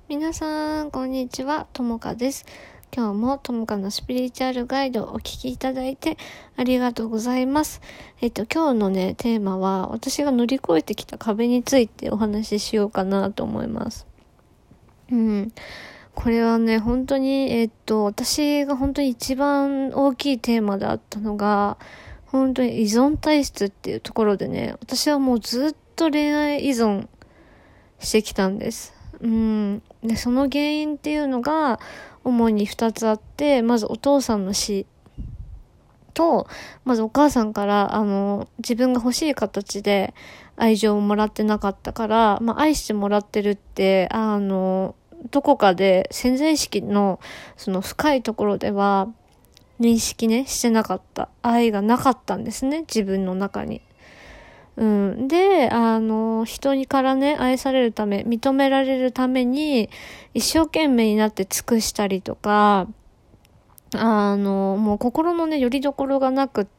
皆さん、こんにちは。ともかです。今日もともかのスピリチュアルガイドをお聞きいただいてありがとうございます。今日のね、テーマは私が乗り越えてきた壁についてお話ししようかなと思います。これはね、本当に、私が本当に一番大きいテーマであったのが、本当に依存体質っていうところでね、私はもうずっと恋愛依存してきたんです。で、その原因っていうのが主に2つあって、まずお父さんの死と、まずお母さんから自分が欲しい形で愛情をもらってなかったから、愛してもらってるってどこかで潜在意識のその深いところでは認識ねしてなかった、愛がなかったんですね、自分の中に。で、人にからね、愛されるため、認められるために、一生懸命になって尽くしたりとか、もう心のね、拠り所がなくって、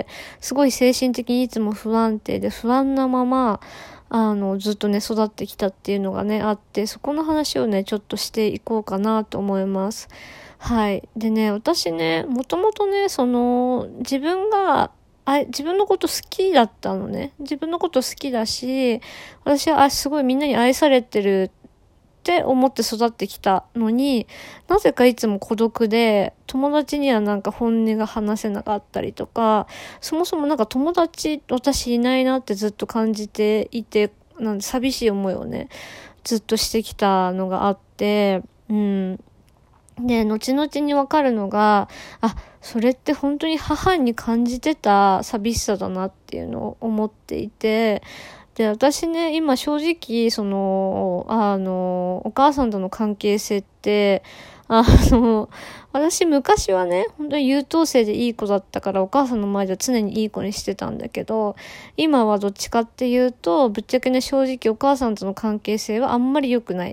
すごい精神的にいつも不安定で、不安なまま、ずっとね、育ってきたっていうのがね、あって、そこの話をね、ちょっとしていこうかなと思います。はい。でね、私ね、もともとね、自分のこと好きだったのね。自分のこと好きだし、私はすごいみんなに愛されてるって思って育ってきたのに、なぜかいつも孤独で、友達にはなんか本音が話せなかったりとか、そもそもなんか友達私いないなってずっと感じていて、なんで寂しい思いをね、ずっとしてきたのがあって、で、後々にわかるのが、それって本当に母に感じてた寂しさだなっていうのを思っていて、で、私ね、今正直、お母さんとの関係性って、私昔はね、本当に優等生でいい子だったからお母さんの前では常にいい子にしてたんだけど、今はどっちかっていうと、ぶっちゃけね、正直お母さんとの関係性はあんまり良くない。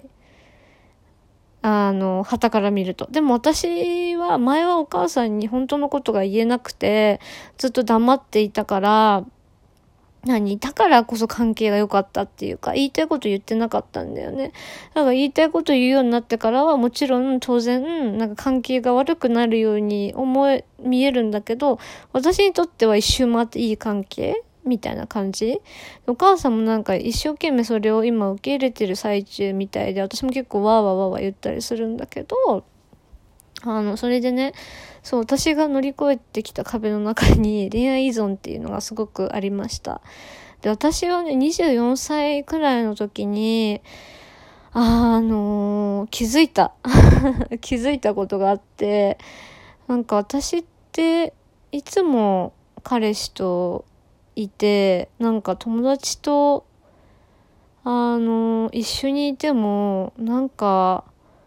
傍から見ると。でも私は、前はお母さんに本当のことが言えなくて、ずっと黙っていたから、だからこそ関係が良かったっていうか、言いたいこと言ってなかったんだよね。だから言いたいこと言うようになってからは、もちろん当然、なんか関係が悪くなるように見えるんだけど、私にとっては一周回っていい関係みたいな感じ。お母さんもなんか一生懸命それを今受け入れてる最中みたいで、私も結構わーわーわーわー言ったりするんだけど、それでね、そう、私が乗り越えてきた壁の中に恋愛依存っていうのがすごくありました。で、私はね、24歳くらいの時に、気づいた。気づいたことがあって、なんか私っていつも彼氏といて、なんか友達と、一緒にいても、なんか、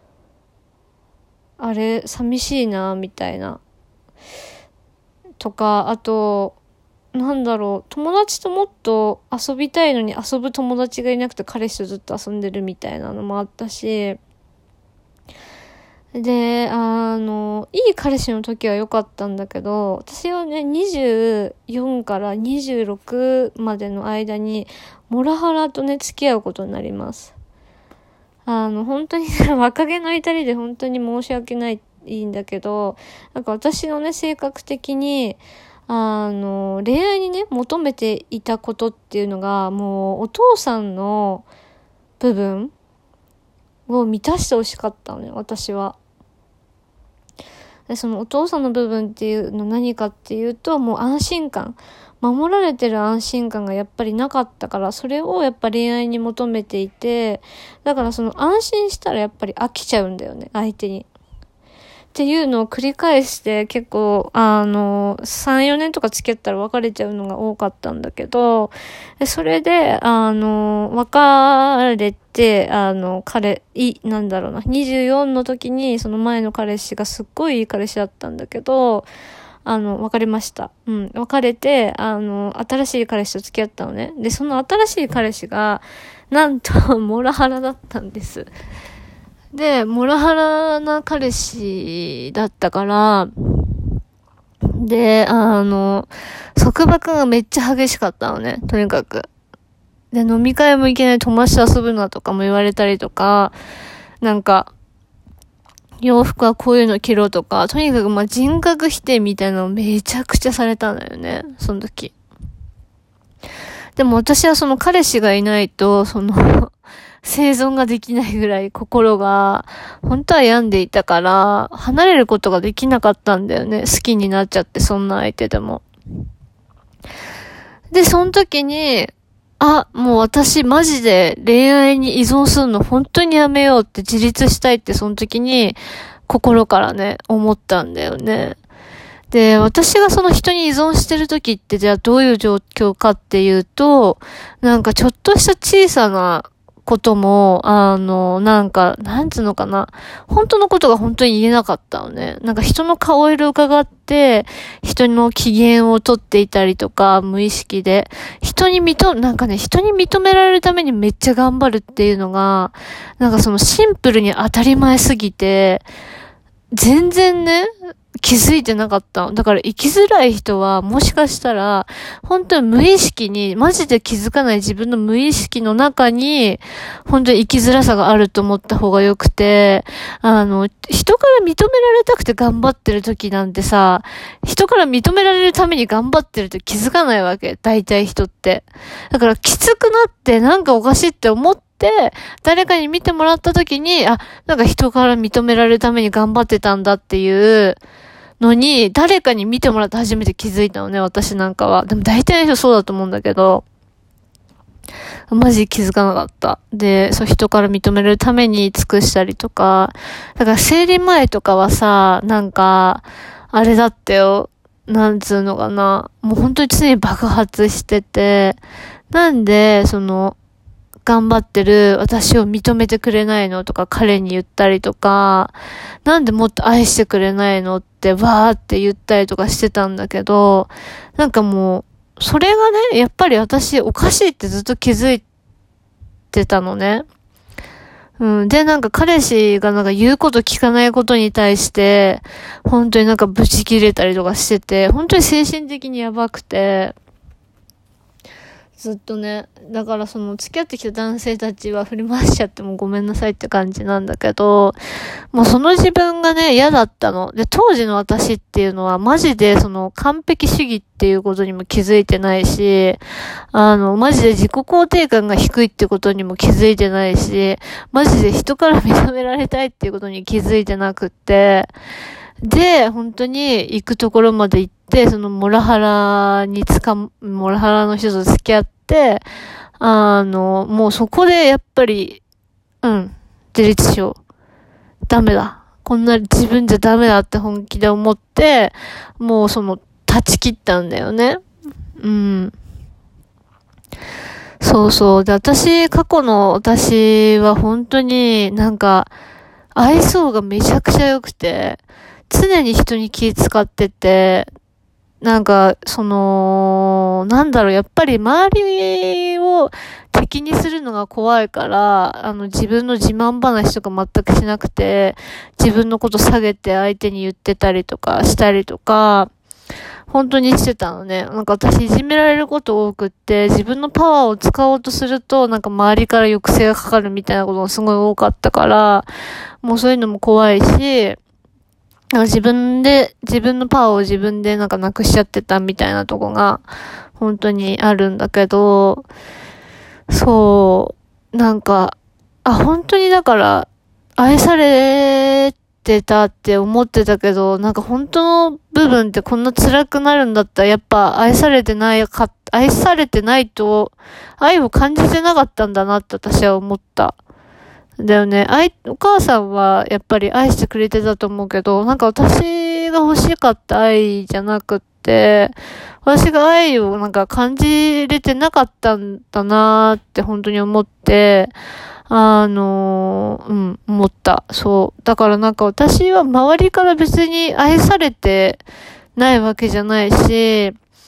あれ、寂しいな、みたいな。とか、あと、友達ともっと遊びたいのに遊ぶ友達がいなくて彼氏とずっと遊んでるみたいなのもあったし、で、いい彼氏の時は良かったんだけど、私はね、24から26までの間に、モラハラとね、付き合うことになります。本当にね、若気の至りで本当に申し訳ないんだけど、なんか私のね、性格的に、恋愛にね、求めていたことっていうのが、もう、お父さんの部分を満たしてほしかったのね、私は。で、そのお父さんの部分っていうの何かっていうと、もう安心感。守られてる安心感がやっぱりなかったから、それをやっぱ恋愛に求めていて、だからその安心したらやっぱり飽きちゃうんだよね、相手に。っていうのを繰り返して結構、3、4年とか付き合ったら別れちゃうのが多かったんだけど、それで、別れて、24の時にその前の彼氏がすっごいいい彼氏だったんだけど、別れました。別れて、新しい彼氏と付き合ったのね。で、その新しい彼氏が、なんと、モラハラだったんです。で、モラハラな彼氏だったから、で、束縛がめっちゃ激しかったのね、とにかく。で、飲み会も行けない、友達と遊ぶなとかも言われたりとか、 なんか、洋服はこういうの着ろとか、とにかく人格否定みたいなのをめちゃくちゃされたんだよね、その時。でも私はその彼氏がいないと、生存ができないぐらい心が、本当は病んでいたから、離れることができなかったんだよね。好きになっちゃって、そんな相手でも。で、その時に、もう私マジで恋愛に依存するの本当にやめようって自立したいってその時に心からね、思ったんだよね。で、私がその人に依存してる時ってじゃあどういう状況かっていうと、なんかちょっとした小さなことも、なんつうのかな。本当のことが本当に言えなかったのね。なんか人の顔色を伺って、人の機嫌をとっていたりとか、無意識で。人に認められるためにめっちゃ頑張るっていうのが、なんかシンプルに当たり前すぎて、全然ね、気づいてなかった。だから生きづらい人はもしかしたら本当に無意識にマジで気づかない自分の無意識の中に本当に生きづらさがあると思った方がよくて、人から認められたくて頑張ってる時なんてさ、人から認められるために頑張ってるって気づかないわけ。大体人って。だからきつくなってなんかおかしいって思って誰かに見てもらった時に、なんか人から認められるために頑張ってたんだっていうのに、誰かに見てもらって初めて気づいたのね、私なんかは。でも大体の人そうだと思うんだけど、マジ気づかなかった。で、人から認めるために尽くしたりとか、だから生理前とかはさ、なんか、あれだったよ。なんつうのかな。もう本当に常に爆発してて、なんで、頑張ってる私を認めてくれないのとか彼に言ったりとか、なんでもっと愛してくれないのってわーって言ったりとかしてたんだけど、なんかもう、それがね、やっぱり私おかしいってずっと気づいてたのね。で、なんか彼氏がなんか言うこと聞かないことに対して、本当になんかブチ切れたりとかしてて、本当に精神的にやばくて、ずっとね。だから付き合ってきた男性たちは振り回しちゃってもごめんなさいって感じなんだけど、もうその自分がね、嫌だったの。で、当時の私っていうのはマジで完璧主義っていうことにも気づいてないし、マジで自己肯定感が低いってことにも気づいてないし、マジで人から認められたいっていうことに気づいてなくって、で、本当に行くところまで行って、モラハラの人と付き合って、もうそこでやっぱり、自立しよう。ダメだ。こんな自分じゃダメだって本気で思って、もう断ち切ったんだよね。そうそう。で、過去の私は本当になんか、愛想がめちゃくちゃ良くて、常に人に気使ってて、なんか、やっぱり周りを敵にするのが怖いから、自分の自慢話とか全くしなくて、自分のこと下げて相手に言ってたりとかしたりとか、本当にしてたのね。なんか私いじめられること多くって、自分のパワーを使おうとすると、なんか周りから抑制がかかるみたいなことがすごい多かったから、もうそういうのも怖いし、自分のパワーを自分でなんかなくしちゃってたみたいなとこが本当にあるんだけど、そう、なんか、本当にだから愛されてたって思ってたけど、なんか本当の部分ってこんな辛くなるんだったらやっぱ愛されてないと愛を感じてなかったんだなって私は思った。だよね。お母さんはやっぱり愛してくれてたと思うけど、なんか私が欲しかった愛じゃなくって、私が愛をなんか感じれてなかったんだなーって本当に思って、思った。そう。だからなんか私は周りから別に愛されてないわけじゃないし、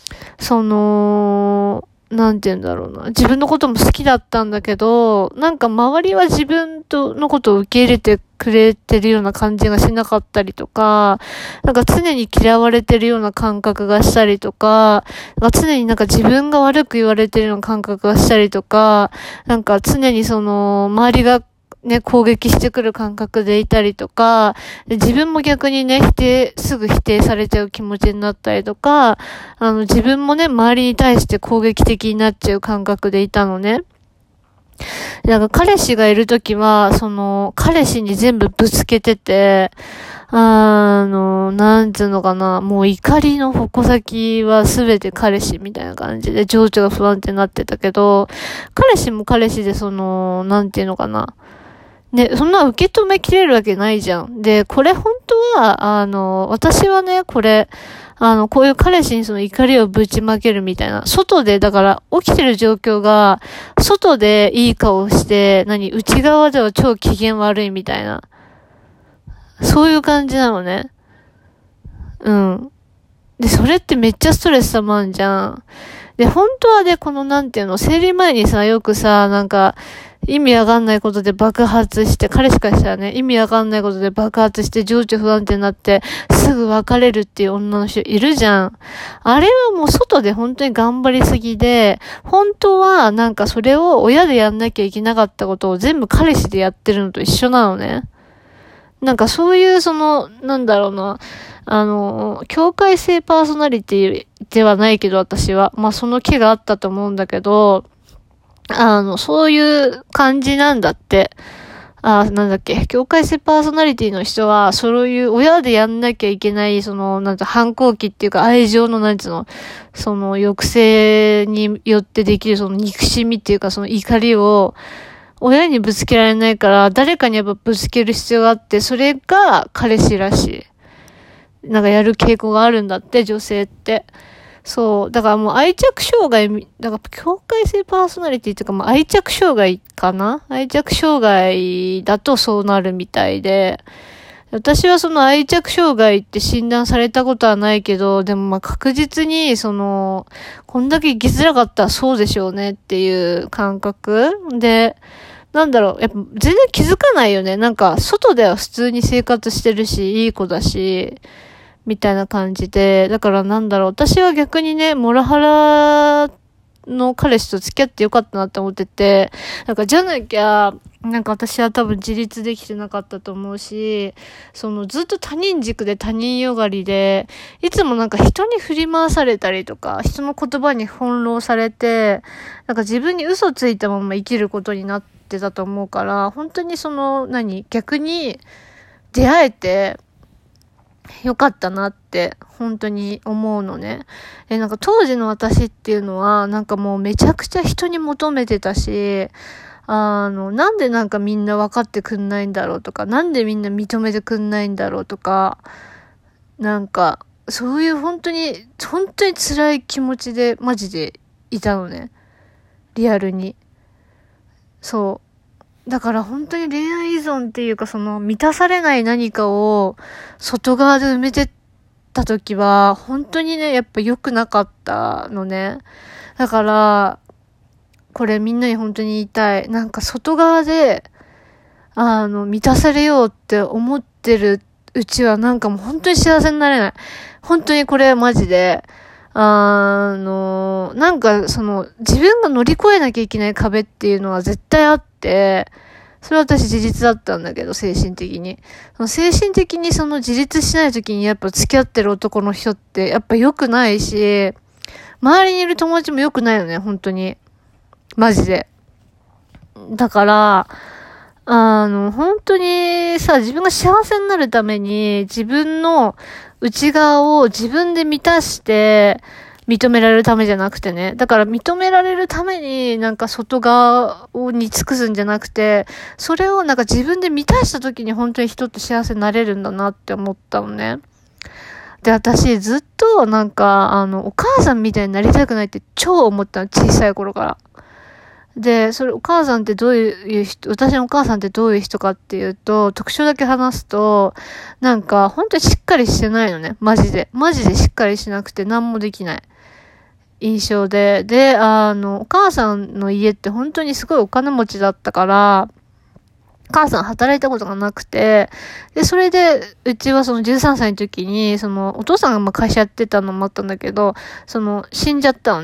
なんて言うんだろうな。自分のことも好きだったんだけど、なんか周りは自分のことを受け入れてくれてるような感じがしなかったりとか、なんか常に嫌われてるような感覚がしたりとか、なんか常になんか自分が悪く言われてるような感覚がしたりとか、なんか常に周りがね、攻撃してくる感覚でいたりとか、で自分も逆にね、すぐ否定されちゃう気持ちになったりとか、自分もね、周りに対して攻撃的になっちゃう感覚でいたのね。なんか彼氏がいるときは、彼氏に全部ぶつけてて、なんつうのかな、もう怒りの矛先はすべて彼氏みたいな感じで情緒が不安定になってたけど、彼氏も彼氏でなんていうのかな。ね、そんな受け止めきれるわけないじゃん。で、これ本当は、私はね、こういう彼氏にその怒りをぶちまけるみたいな。外で、だから起きてる状況が、外でいい顔して、内側では超機嫌悪いみたいな。そういう感じなのね。うん。で、それってめっちゃストレス溜まんじゃん。で、本当はね、なんていうの、生理前にさ、よくさ、意味わかんないことで爆発して、彼氏からしたらね、意味わかんないことで爆発して情緒不安定になって、すぐ別れるっていう女の人いるじゃん。あれはもう外で本当に頑張りすぎで、本当はそれを親でやんなきゃいけなかったことを全部彼氏でやってるのと一緒なのね。そういうなんだろうな、境界性パーソナリティではないけど私は、まあその気があったと思うんだけど、そういう感じなんだって。なんだっけ、境界性パーソナリティの人は、そういう親でやんなきゃいけない、反抗期っていうか愛情の抑制によってできる憎しみっていうか怒りを、親にぶつけられないから、誰かにやっぱぶつける必要があって、それが彼氏らしい。やる傾向があるんだって、女性って。そう。だからもう愛着障害、境界性パーソナリティっていうか、まあ愛着障害かな？愛着障害だとそうなるみたいで、私は愛着障害って診断されたことはないけど、でもまあ確実にこんだけ生きづらかったらそうでしょうねっていう感覚で、やっぱ全然気づかないよね。外では普通に生活してるし、いい子だし、みたいな感じで。だから私は逆にね、モラハラの彼氏と付き合ってよかったなって思ってて、じゃなきゃ、私は多分自立できてなかったと思うし、ずっと他人軸で他人よがりで、いつも人に振り回されたりとか、人の言葉に翻弄されて、自分に嘘ついたまま生きることになってたと思うから、本当に逆に出会えて、よかったなって本当に思うのね。当時の私っていうのはもうめちゃくちゃ人に求めてたし、なんでみんな分かってくんないんだろうとか、なんでみんな認めてくんないんだろうとか、そういう本当に辛い気持ちでマジでいたのね。リアルに。そう。だから本当に恋愛依存っていうか満たされない何かを外側で埋めてった時は本当にね、やっぱ良くなかったのね。だから、これみんなに本当に言いたい。外側で、満たされようって思ってるうちはもう本当に幸せになれない。本当にこれマジで。自分が乗り越えなきゃいけない壁っていうのは絶対あって、それは私自立だったんだけど、精神的に。精神的に自立しない時にやっぱ付き合ってる男の人ってやっぱ良くないし、周りにいる友達も良くないよね、本当に。マジで。だから、本当にさ、自分が幸せになるために自分の内側を自分で満たして認められるためじゃなくてね。だから認められるために外側に尽くすんじゃなくて、それを自分で満たした時に本当に人って幸せになれるんだなって思ったのね。で、私ずっとお母さんみたいになりたくないって超思ったの、小さい頃から。で、お母さんってどういう人、私のお母さんってどういう人かっていうと、特徴だけ話すと、本当にしっかりしてないのね。マジで。マジでしっかりしなくて何もできない印象で。で、お母さんの家って本当にすごいお金持ちだったから、お母さん働いたことがなくて、で、それで、うちは13歳の時に、お父さんが会社やってたのもあったんだけど、死んじゃったのね。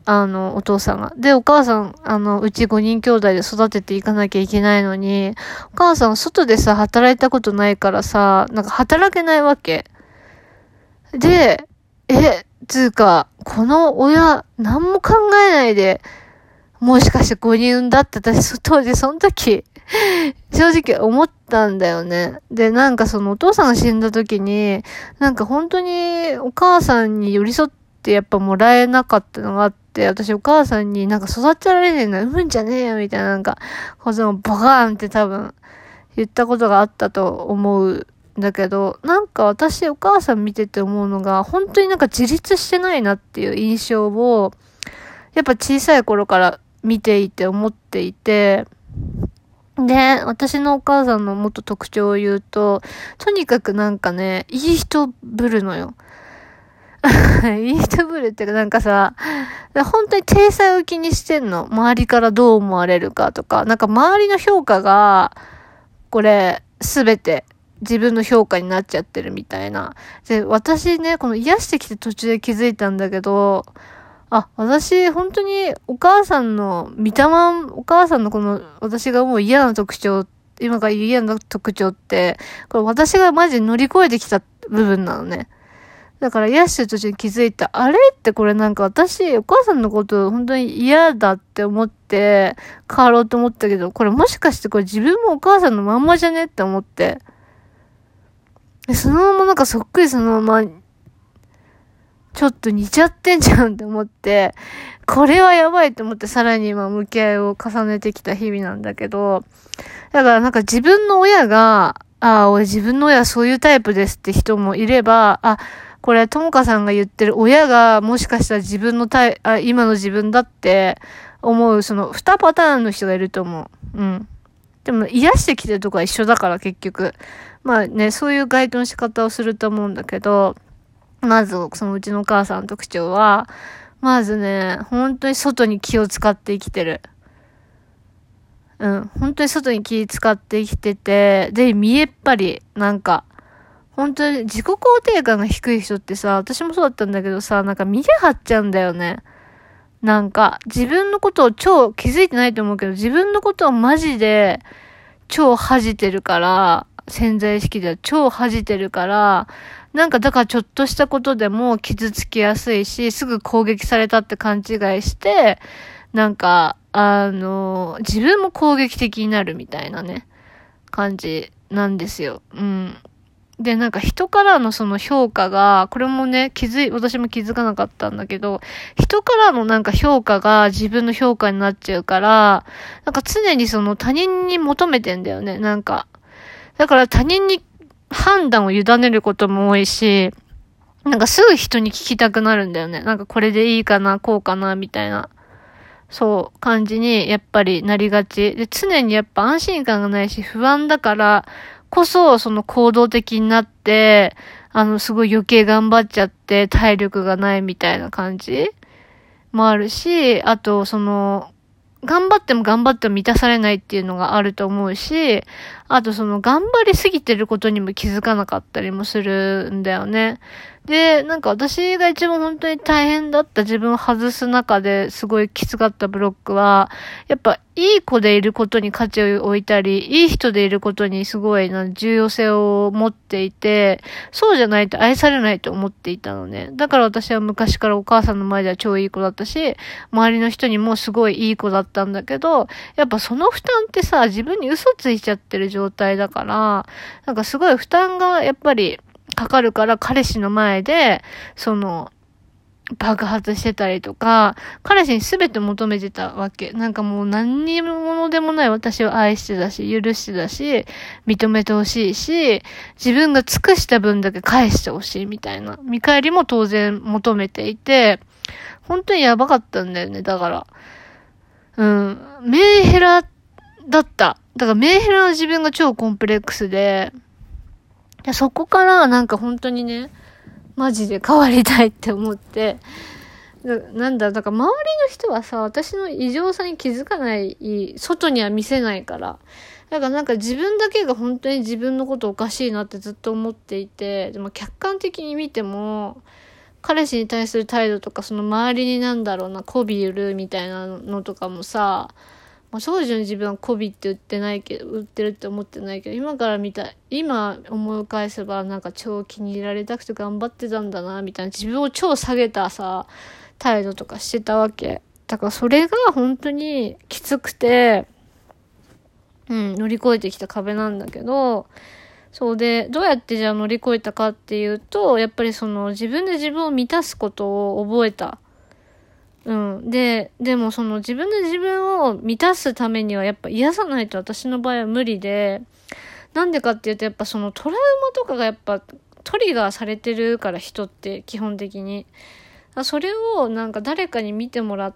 お父さんが。で、お母さん、うち5人兄弟で育てていかなきゃいけないのに、お母さん外でさ、働いたことないからさ、なんか働けないわけ。で、つうか、この親、何も考えないで、もしかして5人産んだって私、当時その時、正直思ったんだよね。で、なんかそのお父さんが死んだ時に、なんか本当にお母さんに寄り添ってやっぱもらえなかったのがあって、私お母さんになんか育てられねえの産むんじゃねえよみたいななんか、ボカーンって多分言ったことがあったと思うんだけど、なんか私お母さん見てて思うのが、本当になんか自立してないなっていう印象を、やっぱ小さい頃から見ていて思っていて、で、私のお母さんのもっと特徴を言うと、とにかくなんかね、いい人ぶるのよ。いい人ぶるってかなんかさ、本当に体裁を気にしてんの。周りからどう思われるかとか、なんか周りの評価が、これ、すべて自分の評価になっちゃってるみたいな。で、私ね、この癒してきて途中で気づいたんだけど、私、本当にお母さんのお母さんのこの、私がもう嫌な特徴、今から言う嫌な特徴って、これ私がマジ乗り越えてきた部分なのね。だから癒してる途中に気づいた、あれってこれなんか私、お母さんのこと本当に嫌だって思って変わろうと思ったけど、これもしかしてこれ自分もお母さんのまんまじゃねって思って。でそのままなんかそっくりそのまま、ちょっと似ちゃってんじゃんって思って、これはやばいと思ってさらに今向き合いを重ねてきた日々なんだけど、だからなんか自分の親が、俺自分の親はそういうタイプですって人もいれば、これともかさんが言ってる親がもしかしたら自分の今の自分だって思うその2パターンの人がいると思う。うん。でも癒してきてるとこは一緒だから結局。まあね、そういう該当の仕方をすると思うんだけど、まず、そのうちのお母さんの特徴は、まずね、本当に外に気を使って生きてる。本当に外に気使って生きてて、で、見えっ張り、なんか、本当に自己肯定感が低い人ってさ、私もそうだったんだけどさ、なんか見え張っちゃうんだよね。なんか、自分のことを気づいてないと思うけど、自分のことをマジで超恥じてるから、潜在意識では超恥じてるから、なんかだからちょっとしたことでも傷つきやすいし、すぐ攻撃されたって勘違いして、なんか、自分も攻撃的になるみたいなね、感じなんですよ。うん。で、なんか人からのその評価が、これもね、私も気づかなかったんだけど、人からのなんか評価が自分の評価になっちゃうから、なんか常にその他人に求めてんだよね、なんか。だから他人に判断を委ねることも多いし、なんかすぐ人に聞きたくなるんだよね。なんかこれでいいかな、こうかな、みたいな。そう感じにやっぱりなりがち。で、常にやっぱ安心感がないし不安だからこそその行動的になって、すごい余計頑張っちゃって体力がないみたいな感じもあるし、あと頑張っても頑張っても満たされないっていうのがあると思うし、あと頑張りすぎてることにも気づかなかったりもするんだよね。で、なんか私が一番本当に大変だった自分を外す中ですごいきつかったブロックは、やっぱいい子でいることに価値を置いたり、いい人でいることにすごい重要性を持っていて、そうじゃないと愛されないと思っていたのね。だから私は昔からお母さんの前では超いい子だったし、周りの人にもすごいいい子だったんだけど、やっぱその負担ってさ、自分に嘘ついちゃってる状態だから、なんかすごい負担がやっぱりかかるから彼氏の前で、爆発してたりとか、彼氏に全て求めてたわけ。なんかもう何にもでもない私を愛してたし、許してたし、認めてほしいし、自分が尽くした分だけ返してほしいみたいな。見返りも当然求めていて、本当にやばかったんだよね、だから。メンヘラだった。だからメンヘラの自分が超コンプレックスで、そこからなんか本当にね、マジで変わりたいって思って、だから周りの人はさ、私の異常さに気づかない、外には見せないから。だからなんか自分だけが本当に自分のことおかしいなってずっと思っていて、でも客観的に見ても、 彼氏に対する態度とか、その周りに媚び売るみたいなのとかもさ、当時の自分は媚びって売ってるって思ってないけど、今思い返せば超気に入られたくて頑張ってたんだな、みたいな、自分を超下げたさ、態度とかしてたわけ。だからそれが本当にきつくて、乗り越えてきた壁なんだけど、そうで、どうやってじゃあ乗り越えたかっていうと、やっぱり自分で自分を満たすことを覚えた。でも自分で自分を満たすためにはやっぱ癒さないと私の場合は無理で、なんでかっていうとやっぱトラウマとかがやっぱトリガーされてるから、人って基本的に。それを誰かに見てもらって、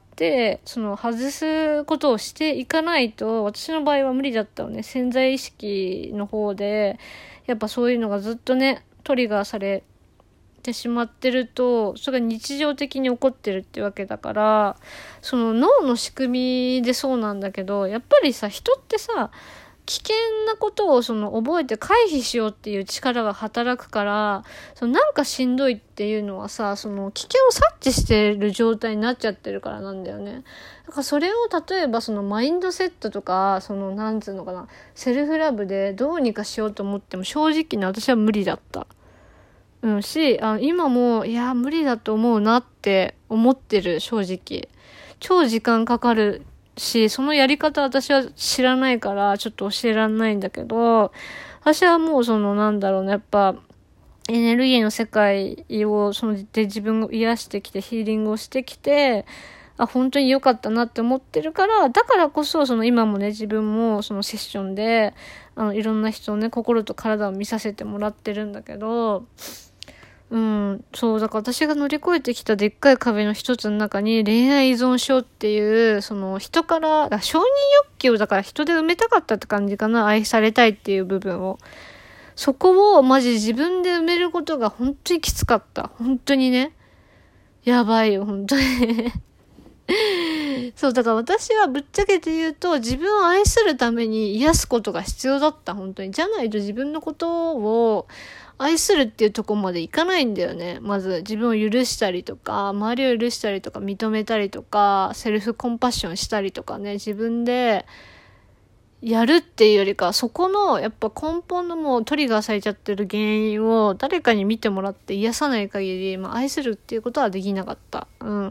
外すことをしていかないと、私の場合は無理だったのね。潜在意識の方で、やっぱそういうのがずっとね、トリガーされてしまってると、それが日常的に起こってるってわけだから、脳の仕組みでそうなんだけど、やっぱりさ、人ってさ、危険なことを覚えて回避しようっていう力が働くから、しんどいっていうのはさ、危険を察知してる状態になっちゃってるからなんだよね。だからそれを例えばマインドセットとか、セルフラブでどうにかしようと思っても正直ね、私は無理だった。今も、無理だと思うなって思ってる、正直。超時間かかるし、そのやり方私は知らないからちょっと教えられないんだけど、私はもうやっぱエネルギーの世界をで自分を癒してきてヒーリングをしてきて、本当に良かったなって思ってるから、だからこそ今もね、自分もセッションでいろんな人のね、心と体を見させてもらってるんだけど、そう、だから私が乗り越えてきたでっかい壁の一つの中に恋愛依存症っていう、人から、承認欲求をだから人で埋めたかったって感じかな、愛されたいっていう部分を。そこをマジ自分で埋めることが本当にきつかった。本当にね。やばいよ、本当に。そう、だから私はぶっちゃけて言うと、自分を愛するために癒すことが必要だった、本当に。じゃないと自分のことを愛するっていうところまでいかないんだよね。まず自分を許したりとか、周りを許したりとか、認めたりとか、セルフコンパッションしたりとかね、自分でやるっていうよりか、そこのやっぱ根本のもうトリガーされちゃってる原因を誰かに見てもらって癒さない限り、愛するっていうことはできなかった。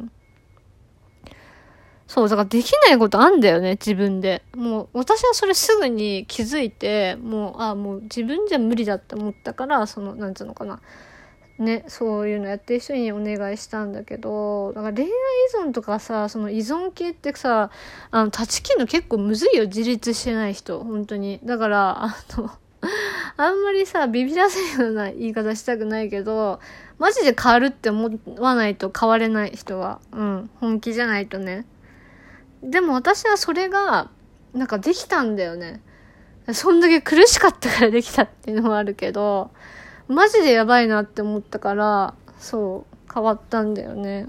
そう、だからできないことあんだよね、自分で。もう、私はそれすぐに気づいて、もう自分じゃ無理だって思ったから、なんつうのかな。ね、そういうのやってる人にお願いしたんだけど、だから恋愛依存とかさ、依存系ってさ、断ち切るの結構むずいよ、自立してない人、本当に。だから、あんまりさ、ビビらせるような言い方したくないけど、マジで変わるって思わないと変われない人は。本気じゃないとね。でも私はそれができたんだよね。そんだけ苦しかったからできたっていうのもあるけど、マジでやばいなって思ったから、そう変わったんだよね。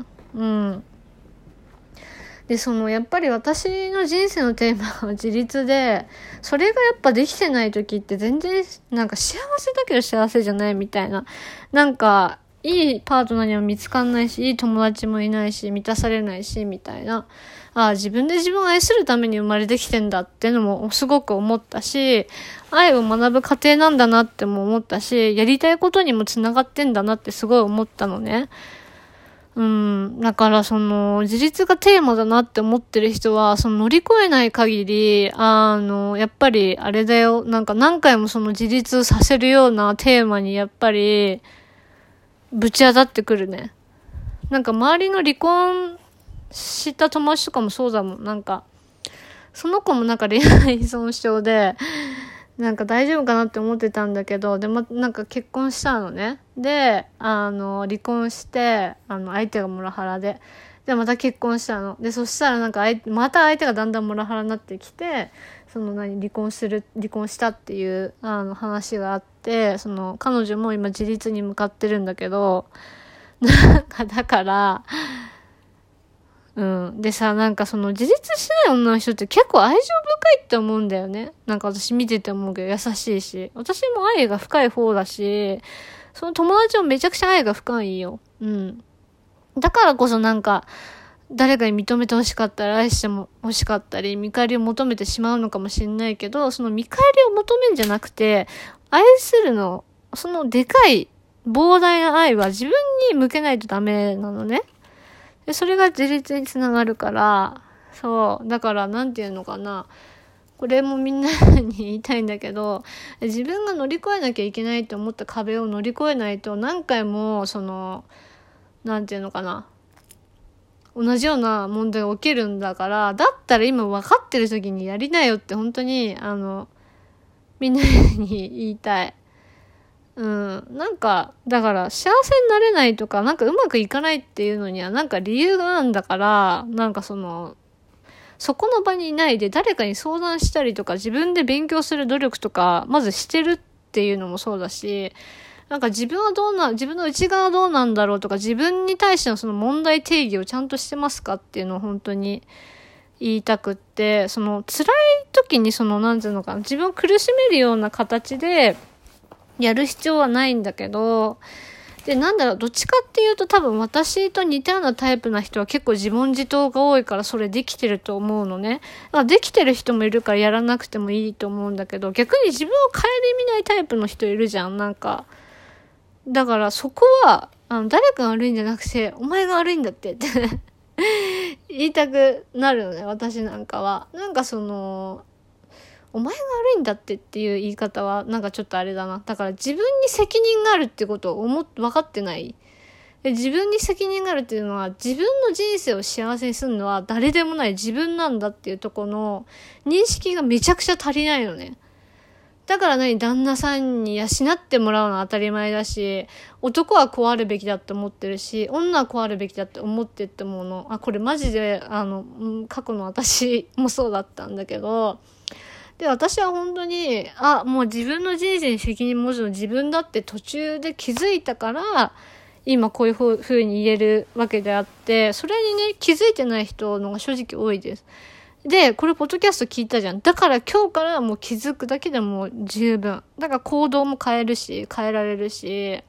でやっぱり私の人生のテーマは自立で、それがやっぱできてない時って全然幸せだけど幸せじゃないみたいな、いいパートナーには見つかんないし、いい友達もいないし、満たされないし、みたいな。自分で自分を愛するために生まれてきてんだってのもすごく思ったし、愛を学ぶ過程なんだなっても思ったし、やりたいことにもつながってんだなってすごい思ったのね。だから自立がテーマだなって思ってる人は、乗り越えない限り、やっぱりあれだよ、何回も自立させるようなテーマにやっぱり、ぶち当たってくるね。周りの離婚した友達とかもそうだもん。その子も恋愛依存症で、大丈夫かなって思ってたんだけど、でも結婚したのね。で、離婚して、相手がモラハラで。で、また結婚したの。で、そしたらまた相手がだんだんモラハラになってきて、離婚したっていう、話があって、彼女も今自立に向かってるんだけど、だから、でさ、自立しない女の人って結構愛情深いって思うんだよね。私見てて思うけど優しいし。私も愛が深い方だし、その友達もめちゃくちゃ愛が深いよ。 だからこそなんか、誰かに認めて欲しかったり、愛しても欲しかったり、見返りを求めてしまうのかもしれないけど、その見返りを求めるんじゃなくて、愛するの、そのでかい、膨大な愛は自分に向けないとダメなのね。で、それが自立につながるから、そう。だから、なんていうのかな。これもみんなに言いたいんだけど、自分が乗り越えなきゃいけないと思った壁を乗り越えないと、何回も、なんていうのかな。同じような問題が起きるんだから、だったら今分かってる時にやりなよって本当に、みんなに言いたい。なんか、だから幸せになれないとか、なんかうまくいかないっていうのにはなんか理由があるんだから、なんかそこの場にいないで誰かに相談したりとか、自分で勉強する努力とか、まずしてるっていうのもそうだし、なんか自分の内側はどうなんだろうとか、自分に対してのその問題定義をちゃんとしてますかっていうのを本当に言いたくって、辛い時になんていうのかな、自分を苦しめるような形でやる必要はないんだけど、で、どっちかっていうと多分私と似たようなタイプな人は結構自問自答が多いからそれできてると思うのね。できてる人もいるからやらなくてもいいと思うんだけど、逆に自分を顧みないタイプの人いるじゃん、なんか。だからそこは、誰かが悪いんじゃなくて、お前が悪いんだって言いたくなるのね、私なんかは。なんかお前が悪いんだっていう言い方は、なんかちょっとあれだな。だから自分に責任があるってことを分かってない。で、自分に責任があるっていうのは、自分の人生を幸せにするのは誰でもない自分なんだっていうところの認識がめちゃくちゃ足りないのね。だから旦那さんに養ってもらうのは当たり前だし、男はこうあるべきだって思ってるし、女はこうあるべきだって思ってって思うの。これマジで、過去の私もそうだったんだけど、で、私は本当に、もう自分の人生に責任持つの自分だって途中で気づいたから、今こういう風に言えるわけであって、それにね、気づいてない人のが正直多いです。で、これポッドキャスト聞いたじゃん。だから今日からもう気づくだけでも十分。だから行動も変えられるし、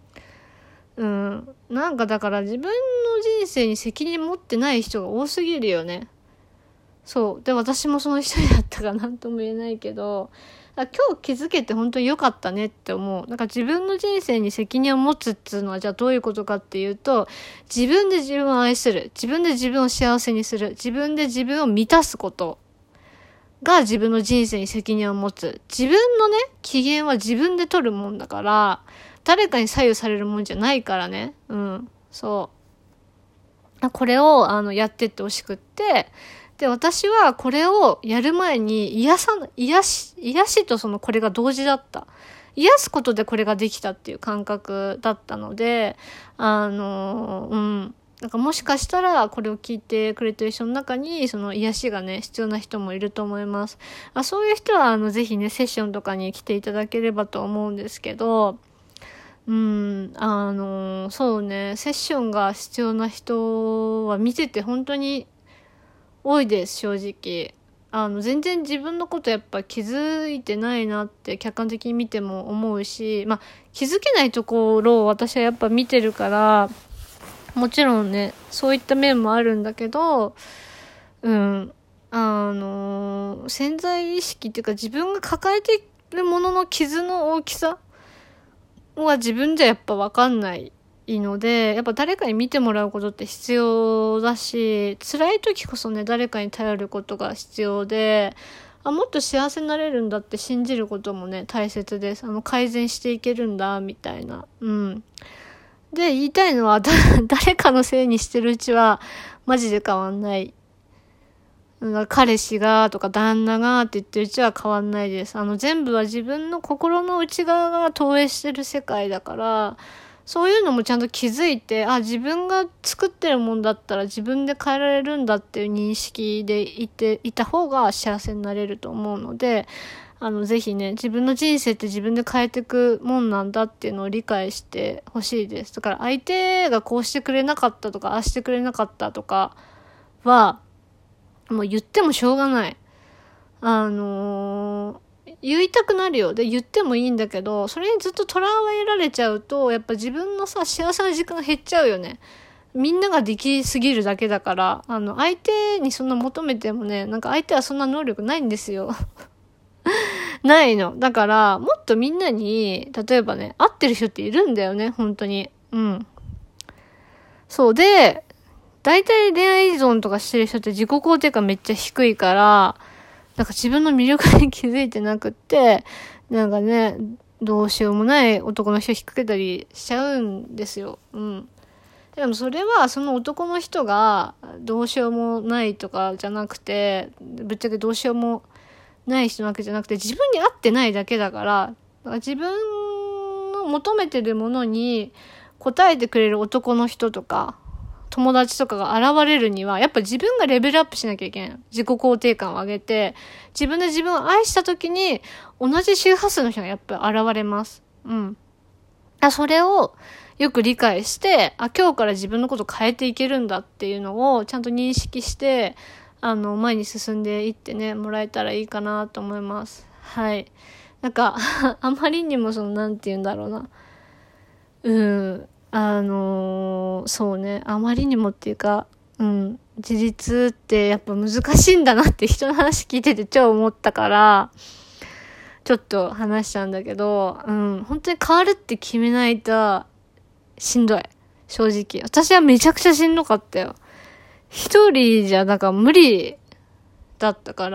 なんかだから自分の人生に責任持ってない人が多すぎるよね。そう。で、私もその一人だったかなんとも言えないけど、今日気づけて本当に良かったねって思う。なんか自分の人生に責任を持つっていうのはじゃあどういうことかっていうと、自分で自分を愛する。自分で自分を幸せにする。自分で自分を満たすことが自分の人生に責任を持つ。自分のね、機嫌は自分で取るもんだから、誰かに左右されるもんじゃないからね。そう。これをやってってほしくって、で、私はこれをやる前に癒しとこれが同時だった。癒すことでこれができたっていう感覚だったので、なんかもしかしたらこれを聞いてくれてる人の中に癒しがね、必要な人もいると思います。そういう人はぜひね、セッションとかに来ていただければと思うんですけど、そうね、セッションが必要な人は見てて本当に多いです、正直。全然自分のことやっぱ気づいてないなって客観的に見ても思うし、気づけないところを私はやっぱ見てるから、もちろんね、そういった面もあるんだけど、潜在意識っていうか自分が抱えているものの傷の大きさは自分じゃやっぱわかんないので、やっぱ誰かに見てもらうことって必要だし、辛い時こそね、誰かに頼ることが必要で、もっと幸せになれるんだって信じることもね、大切です。改善していけるんだ、みたいな。で、言いたいのは、誰かのせいにしてるうちは、マジで変わんない。彼氏がとか旦那がって言ってるうちは変わんないです。全部は自分の心の内側が投影してる世界だから、そういうのもちゃんと気づいて、自分が作ってるもんだったら自分で変えられるんだっていう認識でいた方が幸せになれると思うので、ぜひね、自分の人生って自分で変えていくもんなんだっていうのを理解してほしいです。だから相手がこうしてくれなかったとか、ああしてくれなかったとかは、もう言ってもしょうがない。言いたくなるよ。で、言ってもいいんだけど、それにずっととらわれられちゃうと、やっぱ自分の幸せな時間が減っちゃうよね。 みんなができすぎるだけだから、相手にそんな求めてもね、なんか相手はそんな能力ないんですよ。ないの。だから、もっとみんなに、例えばね、合ってる人っているんだよね、本当に。うん。そうで、大体恋愛依存とかしてる人って自己肯定感めっちゃ低いから、なんか自分の魅力に気づいてなくって、なんかね、どうしようもない男の人引っ掛けたりしちゃうんですよ。うん。でもそれはその男の人がどうしようもないとかじゃなくて、ぶっちゃけどうしようもない人なわけじゃなくて、自分に合ってないだけだから、自分の求めてるものに応えてくれる男の人とか、友達とかが現れるには、やっぱ自分がレベルアップしなきゃいけない。自己肯定感を上げて、自分で自分を愛した時に、同じ周波数の人がやっぱ現れます。うん。それをよく理解して、今日から自分のことを変えていけるんだっていうのをちゃんと認識して、前に進んでいってね、もらえたらいいかなと思います。はい。なんか、あまりにもなんて言うんだろうな。そうね、あまりにもっていうか、自立ってやっぱ難しいんだなって人の話聞いてて超思ったから、ちょっと話したんだけど、本当に変わるって決めないとしんどい。正直。私はめちゃくちゃしんどかったよ。一人じゃなんか無理だったから、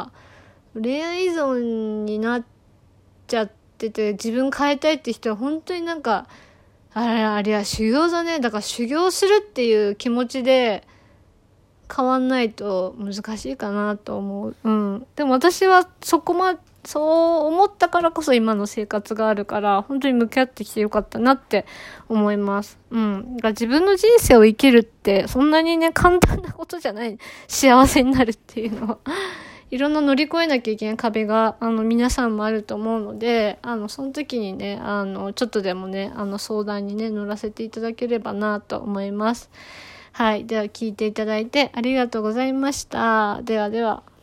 恋愛依存になっちゃってて、自分変えたいって人は本当になんか、あれは修行だね。だから修行するっていう気持ちで変わんないと難しいかなと思う。でも私はそう思ったからこそ今の生活があるから、本当に向き合ってきてよかったなって思います。だから自分の人生を生きるってそんなにね、簡単なことじゃない。幸せになるっていうのは。いろんな乗り越えなきゃいけない壁が、皆さんもあると思うので、その時にね、ちょっとでもね、相談にね、乗らせていただければなと思います。はい。では聞いていただいてありがとうございました。ではでは。